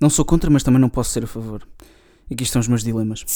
Não sou contra, mas também não posso ser a favor. Aqui estão os meus dilemas.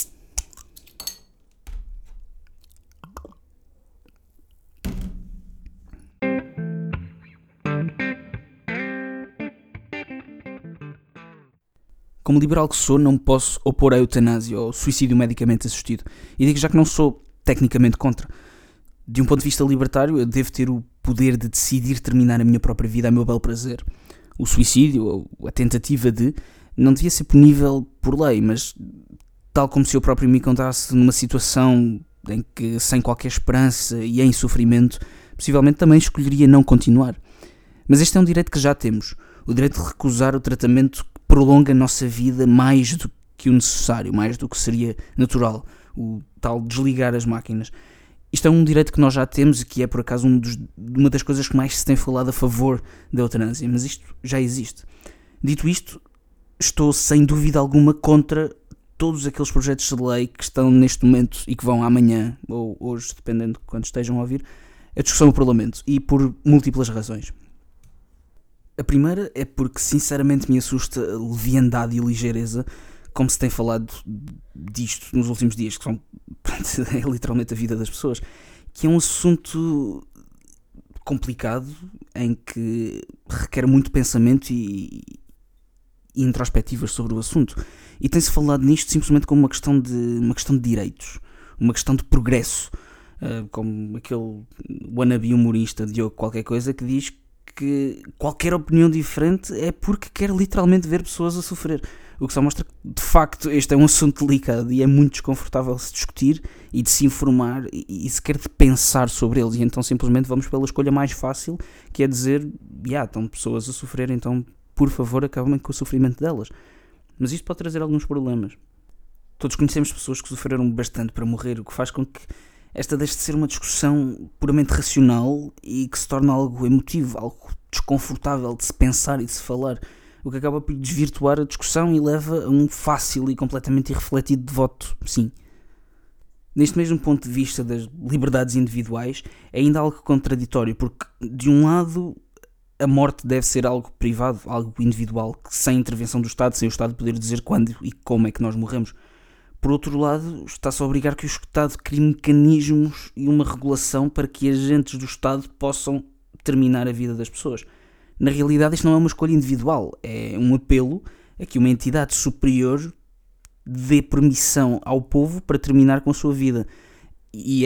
Como liberal que sou, não me posso opor à eutanásia ou ao suicídio medicamente assistido. E digo já que não sou tecnicamente contra. De um ponto de vista libertário, eu devo ter o poder de decidir terminar a minha própria vida a meu bel prazer. O suicídio, ou a tentativa de, não devia ser punível por lei, mas tal como se eu próprio me encontrasse numa situação em que, sem qualquer esperança e em sofrimento, possivelmente também escolheria não continuar. Mas este é um direito que já temos, o direito de recusar o tratamento que prolonga a nossa vida mais do que o necessário, mais do que seria natural, o tal desligar as máquinas. Isto é um direito que nós já temos e que é, por acaso, uma das coisas que mais se tem falado a favor da eutanásia, mas isto já existe. Dito isto, estou sem dúvida alguma contra todos aqueles projetos de lei que estão neste momento e que vão amanhã, ou hoje, dependendo de quando estejam a ouvir, a discussão no Parlamento, e por múltiplas razões. A primeira é porque, sinceramente, me assusta a leviandade e ligeireza como se tem falado disto nos últimos dias, que são é literalmente a vida das pessoas, que é um assunto complicado, em que requer muito pensamento e introspectivas sobre o assunto. E tem-se falado nisto simplesmente como uma questão de direitos, uma questão de progresso, como aquele wannabe humorista Diogo qualquer coisa que diz que qualquer opinião diferente é porque quer literalmente ver pessoas a sofrer. O que só mostra que, de facto, este é um assunto delicado e é muito desconfortável de se discutir e de se informar e sequer de pensar sobre eles. E então simplesmente vamos pela escolha mais fácil, que é dizer, estão pessoas a sofrer, então por favor acabem com o sofrimento delas. Mas isto pode trazer alguns problemas. Todos conhecemos pessoas que sofreram bastante para morrer, o que faz com que esta deixe de ser uma discussão puramente racional e que se torne algo emotivo, algo desconfortável de se pensar e de se falar, o que acaba por desvirtuar a discussão e leva a um fácil e completamente irrefletido de voto, sim. Neste mesmo ponto de vista das liberdades individuais, é ainda algo contraditório, porque, de um lado, a morte deve ser algo privado, algo individual, sem intervenção do Estado, sem o Estado poder dizer quando e como é que nós morremos. Por outro lado, está-se a obrigar que o Estado crie mecanismos e uma regulação para que agentes do Estado possam terminar a vida das pessoas. Na realidade, isto não é uma escolha individual, é um apelo a que uma entidade superior dê permissão ao povo para terminar com a sua vida. E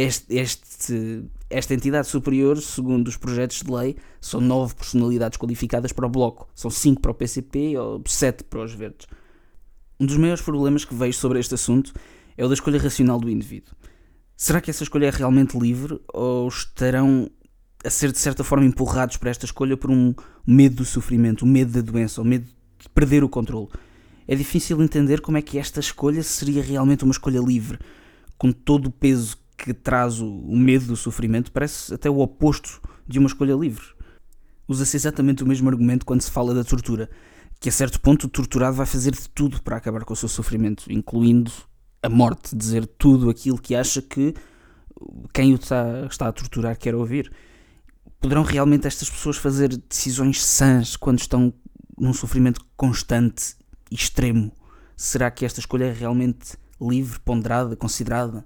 esta entidade superior, segundo os projetos de lei, são 9 personalidades qualificadas para o Bloco, são 5 para o PCP ou 7 para os Verdes. Um dos maiores problemas que vejo sobre este assunto é o da escolha racional do indivíduo. Será que essa escolha é realmente livre ou estarão a ser de certa forma empurrados para esta escolha por um medo do sofrimento, um medo da doença, o medo de perder o controle? É difícil entender como é que esta escolha seria realmente uma escolha livre, com todo o peso que traz o medo do sofrimento. Parece até o oposto de uma escolha livre. Usa-se exatamente o mesmo argumento quando se fala da tortura, que a certo ponto o torturado vai fazer de tudo para acabar com o seu sofrimento, incluindo a morte, dizer tudo aquilo que acha que quem o está a torturar quer ouvir. Poderão realmente estas pessoas fazer decisões sãs quando estão num sofrimento constante e extremo? Será que esta escolha é realmente livre, ponderada, considerada?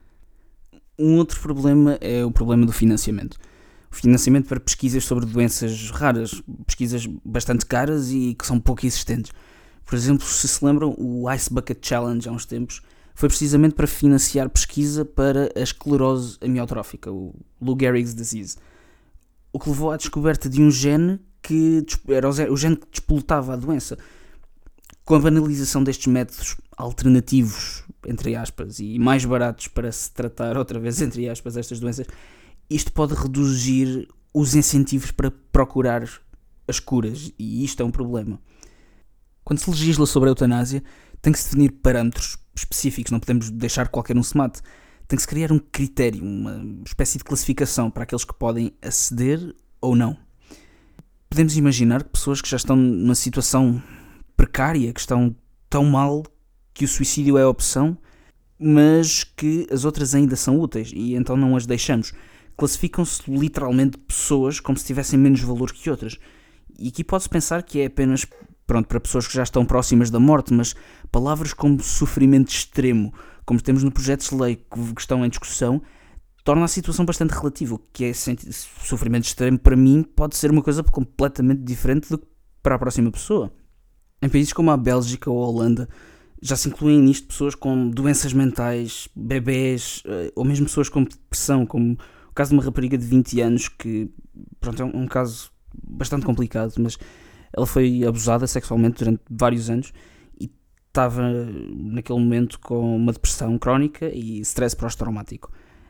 Um outro problema é o problema do financiamento. O financiamento para pesquisas sobre doenças raras, pesquisas bastante caras e que são pouco existentes. Por exemplo, se lembram, o Ice Bucket Challenge há uns tempos foi precisamente para financiar pesquisa para a esclerose amiotrófica, o Lou Gehrig's disease. O que levou à descoberta de um gene que era o gene que despoltava a doença. Com a banalização destes métodos alternativos, entre aspas, e mais baratos para se tratar, outra vez, entre aspas, estas doenças, isto pode reduzir os incentivos para procurar as curas, e isto é um problema. Quando se legisla sobre a eutanásia, tem que se definir parâmetros específicos, não podemos deixar qualquer um se mate. Tem que se criar um critério, uma espécie de classificação para aqueles que podem aceder ou não. Podemos imaginar que pessoas que já estão numa situação precária, que estão tão mal que o suicídio é a opção, mas que as outras ainda são úteis e então não as deixamos. Classificam-se literalmente pessoas como se tivessem menos valor que outras. E aqui pode-se pensar que é apenas pronto, para pessoas que já estão próximas da morte, mas palavras como sofrimento extremo, como temos no projeto de lei que estão em discussão, torna a situação bastante relativa. O que é sofrimento extremo para mim pode ser uma coisa completamente diferente do que para a próxima pessoa. Em países como a Bélgica ou a Holanda já se incluem nisto pessoas com doenças mentais, bebés, ou mesmo pessoas com depressão, como o caso de uma rapariga de 20 anos que, pronto, é um caso bastante complicado, mas ela foi abusada sexualmente durante vários anos e estava naquele momento com uma depressão crónica e stress pós-traumático.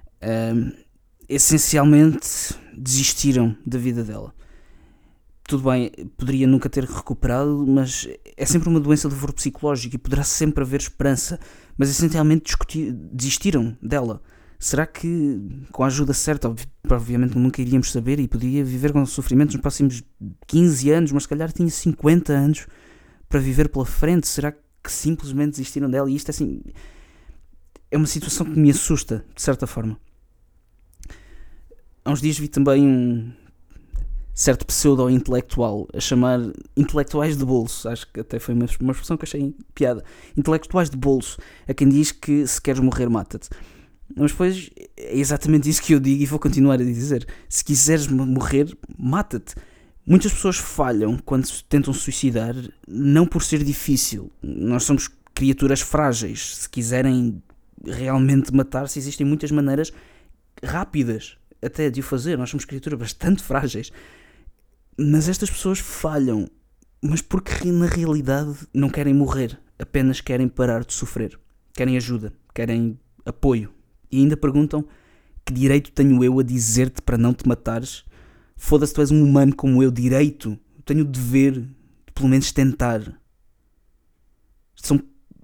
Essencialmente desistiram da vida dela. Tudo bem, poderia nunca ter recuperado, mas é sempre uma doença do foro psicológico e poderá sempre haver esperança, mas essencialmente desistiram dela. Será que com a ajuda certa, obviamente nunca iríamos saber, e podia viver com sofrimentos nos próximos 15 anos, mas se calhar tinha 50 anos para viver pela frente? Será que simplesmente desistiram dela? E isto assim, é uma situação que me assusta, de certa forma. Há uns dias vi também um certo pseudo-intelectual a chamar intelectuais de bolso, acho que até foi uma expressão que achei piada, intelectuais de bolso, a quem diz que se queres morrer mata-te. Mas depois é exatamente isso que eu digo e vou continuar a dizer: se quiseres morrer, mata-te. Muitas pessoas falham quando se tentam suicidar, não por ser difícil. Nós somos criaturas frágeis. Se quiserem realmente matar-se, existem muitas maneiras rápidas até de o fazer. Nós somos criaturas bastante frágeis. Mas estas pessoas falham, mas porque na realidade não querem morrer, apenas querem parar de sofrer, querem ajuda, querem apoio, e ainda perguntam: que direito tenho eu a dizer-te para não te matares? Foda-se, tu és um humano como eu, direito, tenho o dever de pelo menos tentar. São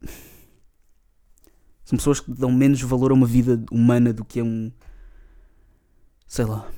pessoas que dão menos valor a uma vida humana do que a um, sei lá.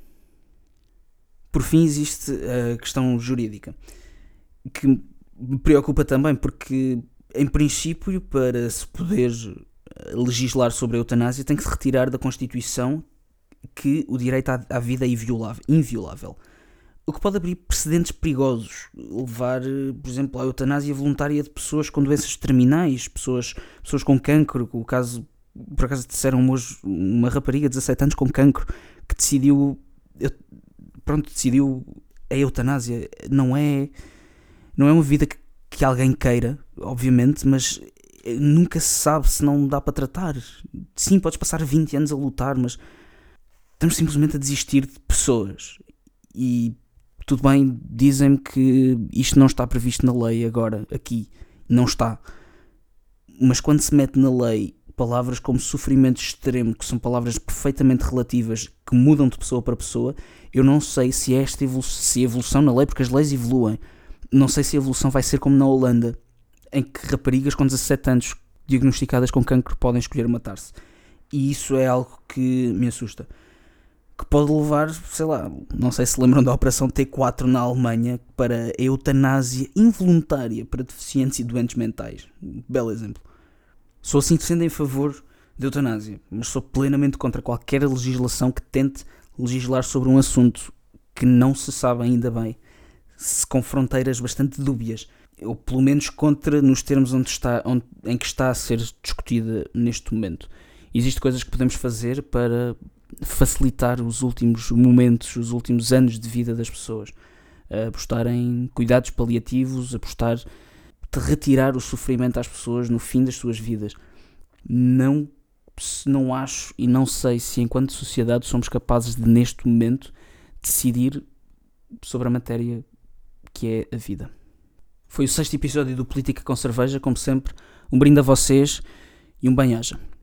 Por fim, existe a questão jurídica, que me preocupa também, porque, em princípio, para se poder legislar sobre a eutanásia, tem que se retirar da Constituição que o direito à vida é inviolável. O que pode abrir precedentes perigosos, levar, por exemplo, à eutanásia voluntária de pessoas com doenças terminais, pessoas com cancro. O caso, por acaso disseram hoje, uma rapariga de 17 anos com cancro que decidiu a eutanásia. Não é uma vida que alguém queira, obviamente, mas nunca se sabe se não dá para tratar. Sim, podes passar 20 anos a lutar, mas estamos simplesmente a desistir de pessoas. E tudo bem, dizem-me que isto não está previsto na lei agora, aqui. Não está. Mas quando se mete na lei palavras como sofrimento extremo, que são palavras perfeitamente relativas, que mudam de pessoa para pessoa, eu não sei se é se a evolução na lei, porque as leis evoluem, não sei se a evolução vai ser como na Holanda, em que raparigas com 17 anos diagnosticadas com cancro podem escolher matar-se. E isso é algo que me assusta. Que pode levar, sei lá, não sei se lembram da Operação T4 na Alemanha, para a eutanásia involuntária para deficientes e doentes mentais. Belo exemplo. Sou assim sendo em favor da eutanásia, mas sou plenamente contra qualquer legislação que tente legislar sobre um assunto que não se sabe ainda bem, com fronteiras bastante dúbias, ou pelo menos contra nos termos em que está a ser discutida neste momento. Existem coisas que podemos fazer para facilitar os últimos momentos, os últimos anos de vida das pessoas. Apostar em cuidados paliativos, apostar de retirar o sofrimento às pessoas no fim das suas vidas. Não acho e não sei se enquanto sociedade somos capazes de, neste momento, decidir sobre a matéria que é a vida. Foi o 6º episódio do Política com Cerveja, como sempre. Um brinde a vocês e um bem-aja.